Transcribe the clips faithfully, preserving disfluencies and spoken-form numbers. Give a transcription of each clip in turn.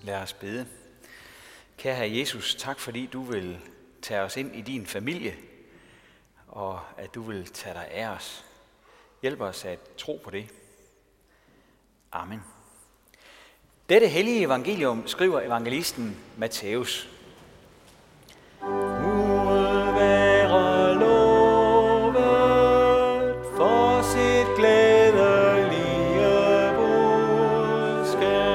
Lad os bede. Kære Herre Jesus, tak fordi du vil tage os ind i din familie, og at du vil tage dig af os. Hjælp os at tro på det. Amen. Dette hellige evangelium skriver evangelisten Matthæus. Gud være lovet for sit glædelige budskab.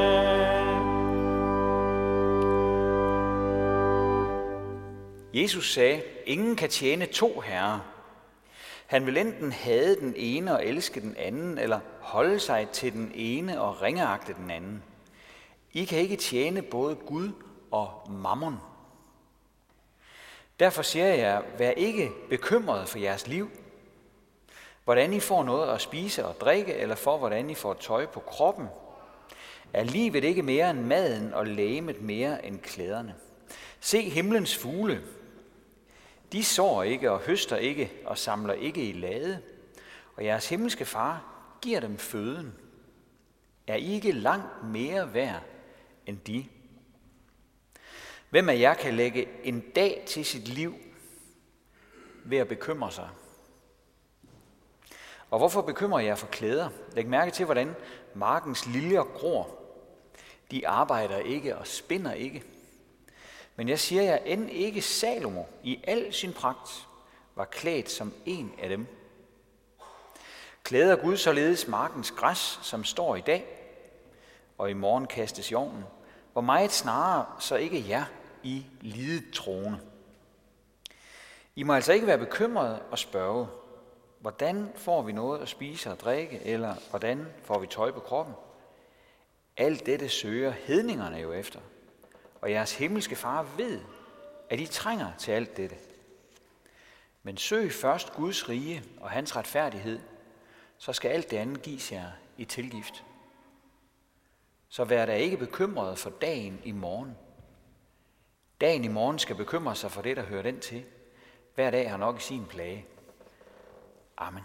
Jesus sagde, ingen kan tjene to herrer. Han vil enten hade den ene og elske den anden, eller holde sig til den ene og ringeagte den anden. I kan ikke tjene både Gud og mammon. Derfor siger jeg, vær ikke bekymret for jeres liv, hvordan I får noget at spise og drikke, eller for hvordan I får tøj på kroppen. Er livet ikke mere end maden, og legemet mere end klæderne? Se himlens fugle. De sår ikke og høster ikke og samler ikke i lade, og jeres himmelske far giver dem føden. Er I ikke langt mere værd end de? Hvem af jer kan lægge en dag til sit liv ved at bekymre sig? Og hvorfor bekymrer jer for klæder? Læg mærke til, hvordan markens liljer gror. De arbejder ikke og spinder ikke. Men jeg siger jer, end ikke Salomo i al sin pragt var klædt som en af dem. Klæder Gud således markens græs, som står i dag, og i morgen kastes i ovnen, hvor meget snarere så ikke jer i lidet troende. I må altså ikke være bekymrede og spørge, hvordan får vi noget at spise og drikke, eller hvordan får vi tøj på kroppen? Alt dette søger hedningerne jo efter, og jeres himmelske far ved, at I trænger til alt dette. Men søg først Guds rige og hans retfærdighed, så skal alt det andet gives jer i tilgift. Så vær da ikke bekymret for dagen i morgen. Dagen i morgen skal bekymre sig for det, der hører den til. Hver dag har nok sin plage. Amen.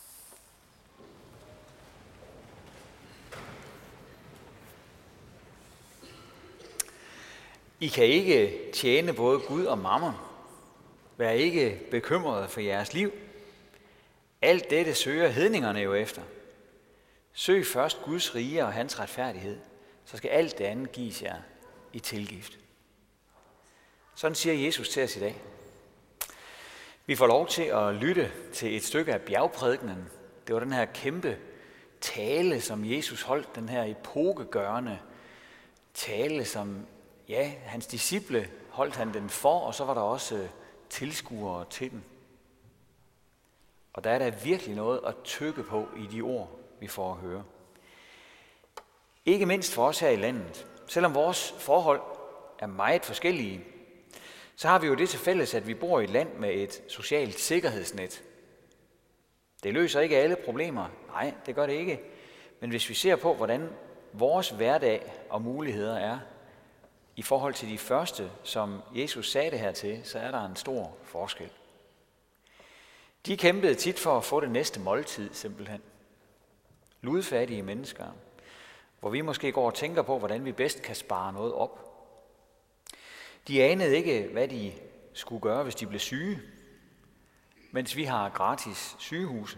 I kan ikke tjene både Gud og mammon. Vær ikke bekymrede for jeres liv. Alt dette søger hedningerne jo efter. Søg først Guds rige og hans retfærdighed, så skal alt det andet gives jer i tilgift. Sådan siger Jesus til os i dag. Vi får lov til at lytte til et stykke af bjergprædikenen. Det var den her kæmpe tale, som Jesus holdt, den her epokegørende tale, som ja, hans disciple holdt han den for, og så var der også tilskuere til den. Og der er der virkelig noget at tykke på i de ord, vi får at høre. Ikke mindst for os her i landet. Selvom vores forhold er meget forskellige, så har vi jo det til fælles, at vi bor i et land med et socialt sikkerhedsnet. Det løser ikke alle problemer. Nej, det gør det ikke. Men hvis vi ser på, hvordan vores hverdag og muligheder er, i forhold til de første, som Jesus sagde det her til, så er der en stor forskel. De kæmpede tit for at få det næste måltid, simpelthen. Ludfattige mennesker, hvor vi måske går og tænker på, hvordan vi bedst kan spare noget op. De anede ikke, hvad de skulle gøre, hvis de blev syge, mens vi har gratis sygehuse.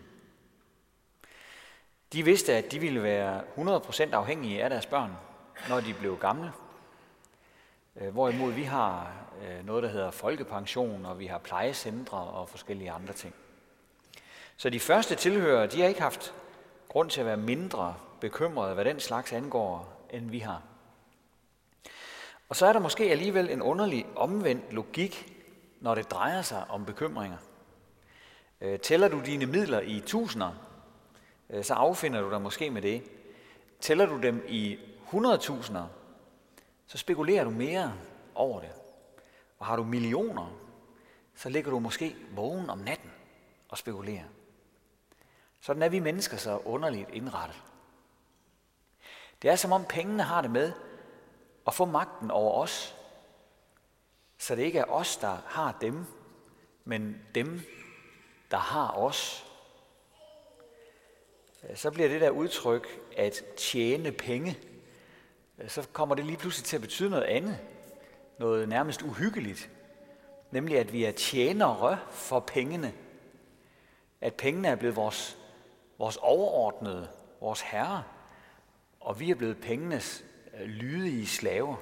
De vidste, at de ville være hundrede procent afhængige af deres børn, når de blev gamle. Hvorimod vi har noget, der hedder folkepension, og vi har plejecentre og forskellige andre ting. Så de første tilhørere, de har ikke haft grund til at være mindre bekymrede, hvad den slags angår, end vi har. Og så er der måske alligevel en underlig omvendt logik, når det drejer sig om bekymringer. Tæller du dine midler i tusinder, så affinder du dig måske med det. Tæller du dem i hundredtusinder, så spekulerer du mere over det. Og har du millioner, så ligger du måske vågen om natten og spekulerer. Sådan er vi mennesker så underligt indrettet. Det er som om pengene har det med at få magten over os, så det ikke er os, der har dem, men dem, der har os. Så bliver det der udtryk at tjene penge så kommer det lige pludselig til at betyde noget andet. Noget nærmest uhyggeligt. Nemlig at vi er tjenere for pengene. At pengene er blevet vores, vores overordnede, vores herre. Og vi er blevet pengenes lydige slaver.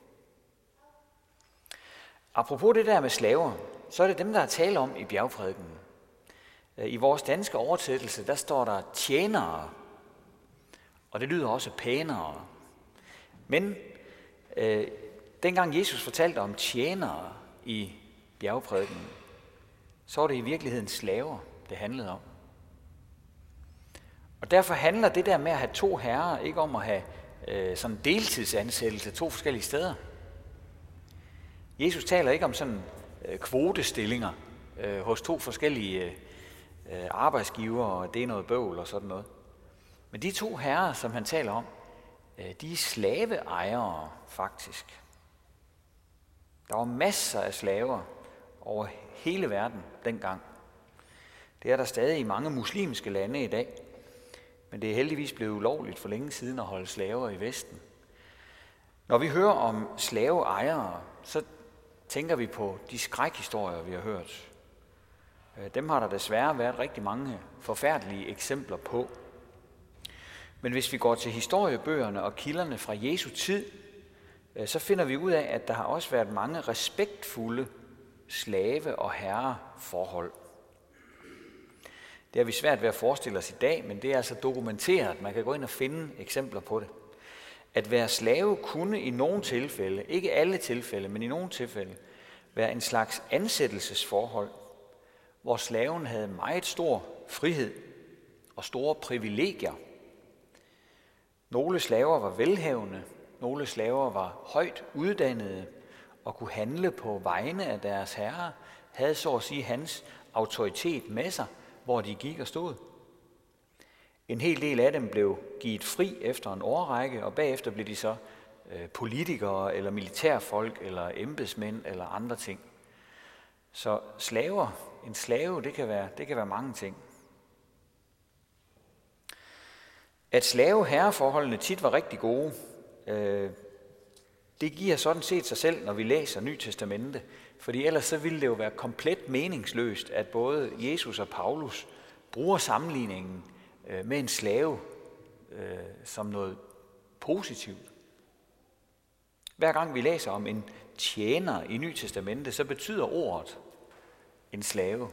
Apropos det der med slaver, så er det dem, der er tale om i bjergprædikenen. I vores danske oversættelse, der står der tjenere, og det lyder også pænere. Men øh, dengang Jesus fortalte om tjenere i bjergprædikenen, så var det i virkeligheden slaver, det handlede om. Og derfor handler det der med at have to herrer ikke om at have øh, sådan deltidsansættelse to forskellige steder. Jesus taler ikke om sådan øh, kvotestillinger øh, hos to forskellige øh, arbejdsgivere, og det er noget bøvl og sådan noget. Men de to herrer, som han taler om, øh, de er slaveejere faktisk. Der var masser af slaver over hele verden dengang. Det er der stadig i mange muslimske lande i dag. Men det er heldigvis blevet ulovligt for længe siden at holde slaver i Vesten. Når vi hører om slaveejere, så tænker vi på de skrækhistorier, vi har hørt. Dem har der desværre været rigtig mange forfærdelige eksempler på. Men hvis vi går til historiebøgerne og kilderne fra Jesu tid, så finder vi ud af, at der har også været mange respektfulde slave- og herreforhold. Det har vi svært ved at forestille os i dag, men det er altså dokumenteret. Man kan gå ind og finde eksempler på det. At være slave kunne i nogle tilfælde, ikke alle tilfælde, men i nogle tilfælde, være en slags ansættelsesforhold, hvor slaven havde meget stor frihed og store privilegier. Nogle slaver var velhavende, nogle slaver var højt uddannede og kunne handle på vegne af deres herre, havde så at sige hans autoritet med sig, hvor de gik og stod. En hel del af dem blev givet fri efter en årrække, og bagefter blev de så øh, politikere eller militærfolk eller embedsmænd eller andre ting. Så slaver, en slave, det kan være, det kan være mange ting. At slave-herreforholdene tit var rigtig gode, øh, det giver sådan set sig selv, når vi læser Nyt Testamente, fordi ellers så ville det jo være komplet meningsløst, at både Jesus og Paulus bruger sammenligningen øh, med en slave øh, som noget positivt. Hver gang vi læser om en tjener i Nyt Testamente, så betyder ordet en slave.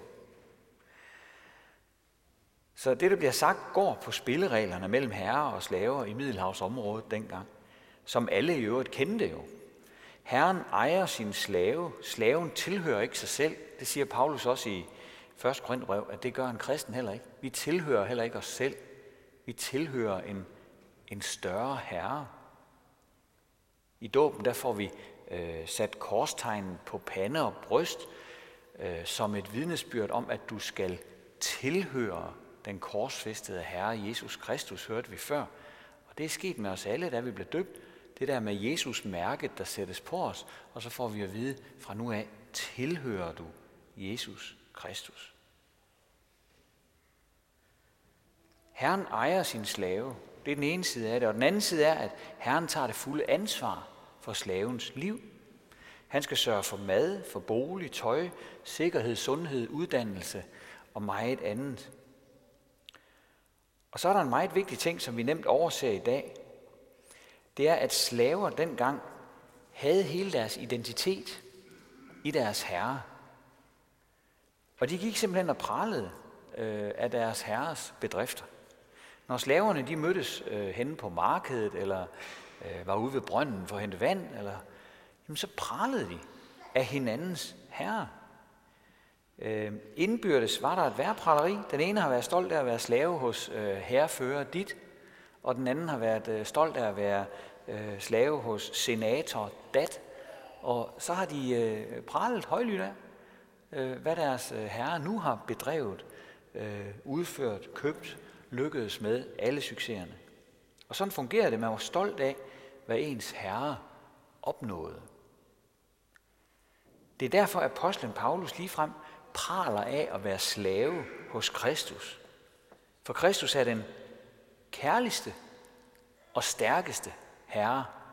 Så det, der bliver sagt, går på spillereglerne mellem herrer og slaver i Middelhavsområdet dengang, som alle i øvrigt kendte jo. Herren ejer sin slave. Slaven tilhører ikke sig selv. Det siger Paulus også i første Korintherbrev, at det gør en kristen heller ikke. Vi tilhører heller ikke os selv. Vi tilhører en, en større herre. I dåben der får vi øh, sat korstegnen på pande og bryst øh, som et vidnesbyrd om, at du skal tilhøre den korsfæstede Herre Jesus Kristus, hørte vi før. Og det er sket med os alle, da vi blev døbt. Det der med Jesus mærket, der sættes på os, og så får vi at vide, fra nu af tilhører du Jesus Kristus. Herren ejer sin slave. Det er den ene side af det. Og den anden side er, at Herren tager det fulde ansvar for slavens liv. Han skal sørge for mad, for bolig, tøj, sikkerhed, sundhed, uddannelse og meget andet. Og så er der en meget vigtig ting, som vi nemt overser i dag. Det er, at slaver dengang havde hele deres identitet i deres herre. Og de gik simpelthen og pralede øh, af deres herres bedrifter. Når slaverne de mødtes øh, henne på markedet, eller øh, var ude ved brønden for at hente vand, eller, jamen, så pralede de af hinandens herre. Øh, indbyrdes var der et værpraleri. Den ene har været stolt af at være slave hos øh, herrefører dit, og den anden har været øh, stolt af at være øh, slave hos senator dat. Og så har de øh, pralet højlydt af, øh, hvad deres øh, herre nu har bedrevet, øh, udført, købt, lykkedes med alle succeserne. Og sådan fungerer det. Man var stolt af, hvad ens herre opnåede. Det er derfor, at apostlen Paulus ligefrem praler af at være slave hos Kristus. For Kristus er den kærligste og stærkeste herre,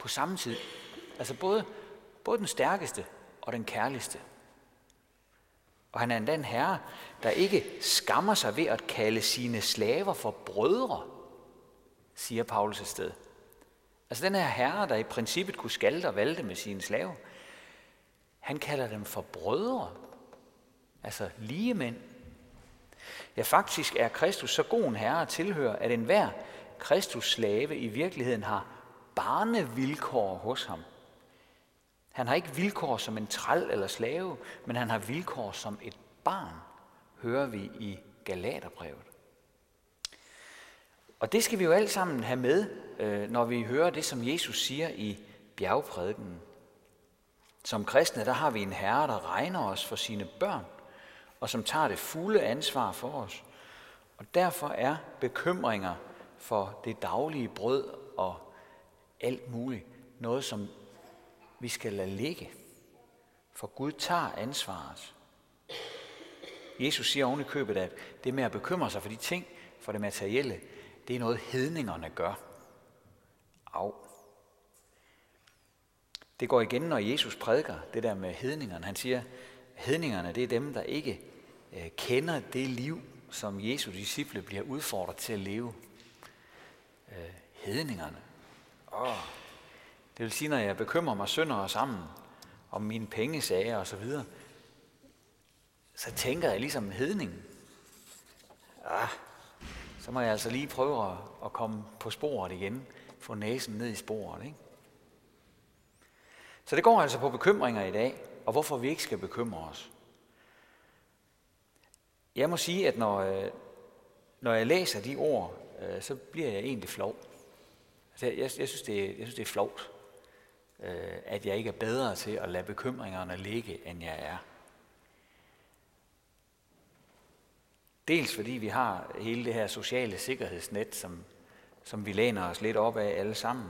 på samme tid. Altså både, både den stærkeste og den kærligste. Og han er endda en herre, der ikke skammer sig ved at kalde sine slaver for brødre, siger Paulus et sted. Altså den her herre, der i princippet kunne skalte og valte med sine slaver, han kalder dem for brødre, altså ligemænd. Ja, faktisk er Kristus så god en herre at tilhøre, at enhver Kristus slave i virkeligheden har barnevilkår hos ham. Han har ikke vilkår som en træl eller slave, men han har vilkår som et barn, hører vi i Galaterbrevet. Og det skal vi jo alle sammen have med, når vi hører det, som Jesus siger i bjergprædikenen. Som kristne, der har vi en herre, der regner os for sine børn, og som tager det fulde ansvar for os. Og derfor er bekymringer for det daglige brød og alt muligt noget, som vi skal lade ligge. For Gud tager ansvaret. Jesus siger oven i købet, at det med at bekymre sig for de ting, for det materielle, det er noget hedningerne gør. Au. Det går igen, når Jesus prædiker det der med hedningerne. Han siger, at hedningerne, det er dem, der ikke øh, kender det liv, som Jesu disciple bliver udfordret til at leve. Øh, hedningerne. Åh. Det vil sige, når jeg bekymrer mig sønder sammen om mine pengesager og så videre, så tænker jeg ligesom hedningen. Ah, så må jeg altså lige prøve at komme på sporet igen, få næsen ned i sporet, ikke? Så det går altså på bekymringer i dag, og hvorfor vi ikke skal bekymre os. Jeg må sige, at når, når jeg læser de ord, så bliver jeg egentlig flov. Altså, jeg, jeg, synes, det, jeg synes, det er flovt, at jeg ikke er bedre til at lade bekymringerne ligge, end jeg er. Dels fordi vi har hele det her sociale sikkerhedsnet, som, som vi læner os lidt op af alle sammen.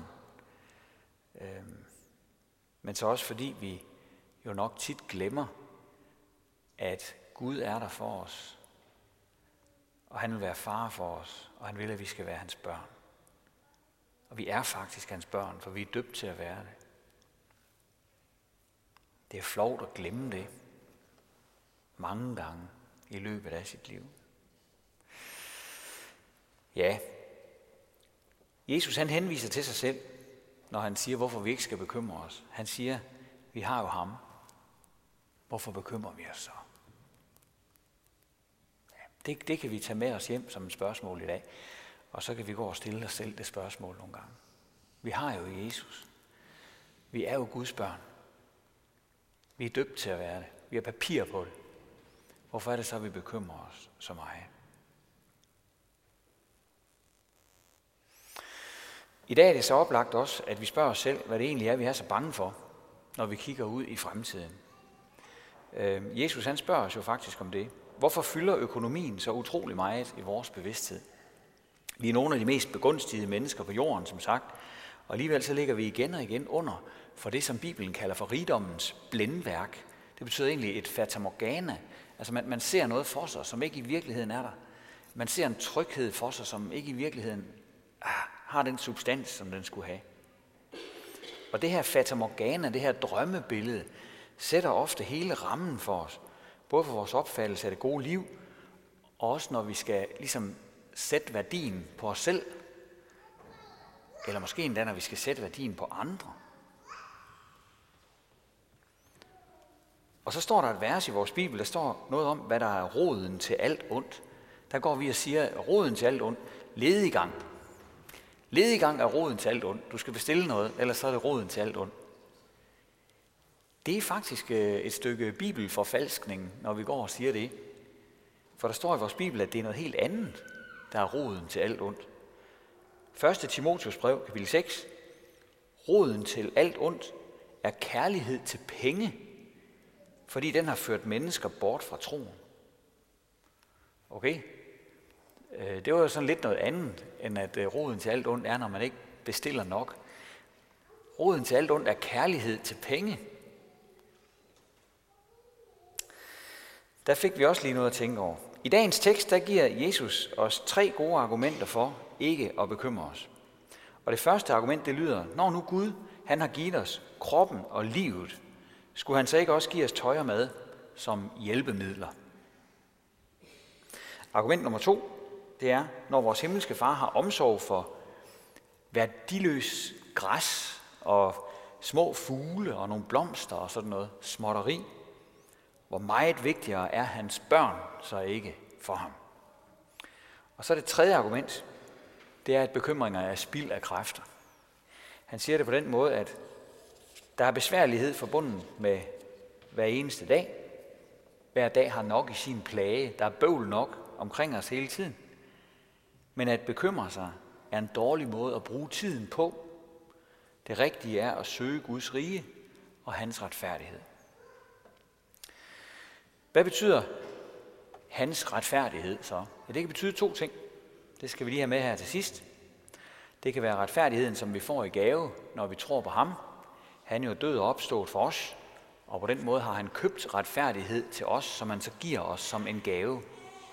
Men så også fordi vi jo nok tit glemmer, at Gud er der for os. Og han vil være far for os, og han vil, at vi skal være hans børn. Og vi er faktisk hans børn, for vi er døbt til at være det. Det er flovt at glemme det mange gange i løbet af sit liv. Ja, Jesus han henviser til sig selv, når han siger, hvorfor vi ikke skal bekymre os. Han siger, vi har jo ham. Hvorfor bekymrer vi os så? Ja, det, det kan vi tage med os hjem som et spørgsmål i dag. Og så kan vi gå og stille os selv det spørgsmål nogle gange. Vi har jo Jesus. Vi er jo Guds børn. Vi er døbt til at være det. Vi har papir på det. Hvorfor er det så, at vi bekymrer os så meget? I dag er det så oplagt også, at vi spørger os selv, hvad det egentlig er, vi er så bange for, når vi kigger ud i fremtiden. Jesus han spørger os jo faktisk om det. Hvorfor fylder økonomien så utrolig meget i vores bevidsthed? Vi er nogle af de mest begunstigede mennesker på jorden, som sagt, og alligevel så ligger vi igen og igen under for det, som Bibelen kalder for rigdommens blændværk. Det betyder egentlig et fatamorgana. Altså man, man ser noget for sig, som ikke i virkeligheden er der. Man ser en tryghed for sig, som ikke i virkeligheden ah, har den substans, som den skulle have. Og det her fatamorgana, det her drømmebillede, sætter ofte hele rammen for os. Både for vores opfattelse af det gode liv, og også når vi skal ligesom sætte værdien på os selv. Eller måske endda, når vi skal sætte værdien på andre. Og så står der et vers i vores Bibel, der står noget om, hvad der er roden til alt ondt. Der går vi og siger, at roden til alt ondt, lediggang. Lediggang er roden til alt ondt. Du skal bestille noget, ellers så er det roden til alt ondt. Det er faktisk et stykke bibelforfalskning, når vi går og siger det. For der står i vores Bibel, at det er noget helt andet, der er roden til alt ondt. første Timotheus brev, kapitel seks. Roden til alt ondt er kærlighed til penge, fordi den har ført mennesker bort fra troen. Okay? Det var jo sådan lidt noget andet, end at roden til alt ondt er, når man ikke bestiller nok. Roden til alt ondt er kærlighed til penge. Der fik vi også lige noget at tænke over. I dagens tekst, der giver Jesus os tre gode argumenter for ikke at bekymre os. Og det første argument, det lyder, når nu Gud han har givet os kroppen og livet, skulle han så ikke også give os tøj og mad som hjælpemidler? Argument nummer to, det er, når vores himmelske far har omsorg for værdiløs græs og små fugle og nogle blomster og sådan noget småtteri, hvor meget vigtigere er hans børn så ikke for ham. Og så det tredje argument, det er, at bekymringer er spild af kræfter. Han siger det på den måde, at der er besværlighed forbundet med hver eneste dag. Hver dag har nok i sin plage. Der er bøvl nok omkring os hele tiden. Men at bekymre sig er en dårlig måde at bruge tiden på. Det rigtige er at søge Guds rige og hans retfærdighed. Hvad betyder hans retfærdighed så? Ja, det kan betyde to ting. Det skal vi lige have med her til sidst. Det kan være retfærdigheden, som vi får i gave, når vi tror på ham. Han er jo død og opstået for os, og på den måde har han købt retfærdighed til os, som han så giver os som en gave.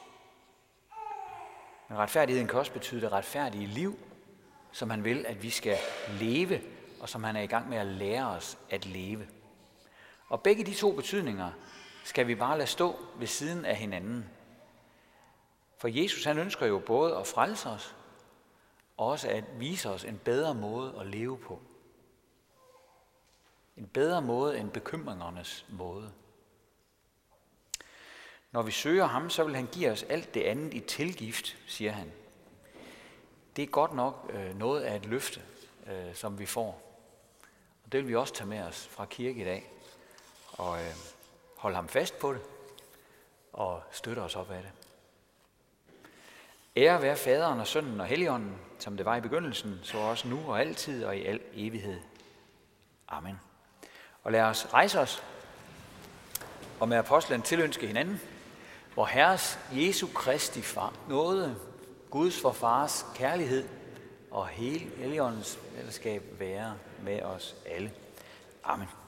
Men retfærdigheden kan også betyde det retfærdige liv, som han vil, at vi skal leve, og som han er i gang med at lære os at leve. Og begge de to betydninger skal vi bare lade stå ved siden af hinanden. For Jesus, han ønsker jo både at frelse os, og også at vise os en bedre måde at leve på. En bedre måde end bekymringernes måde. Når vi søger ham, så vil han give os alt det andet i tilgift, siger han. Det er godt nok øh, noget af et løfte, øh, som vi får. Og det vil vi også tage med os fra kirke i dag. Og øh, holde ham fast på det, og støtte os op af det. Ære være faderen og sønnen og helligånden, som det var i begyndelsen, så også nu og altid og i al evighed. Amen. Og lad os rejse os og med apostlen tilønske hinanden, hvor Herres Jesu Kristi far, nåde, Guds vor Fars kærlighed og hele Helligåndens fællesskab være med os alle. Amen.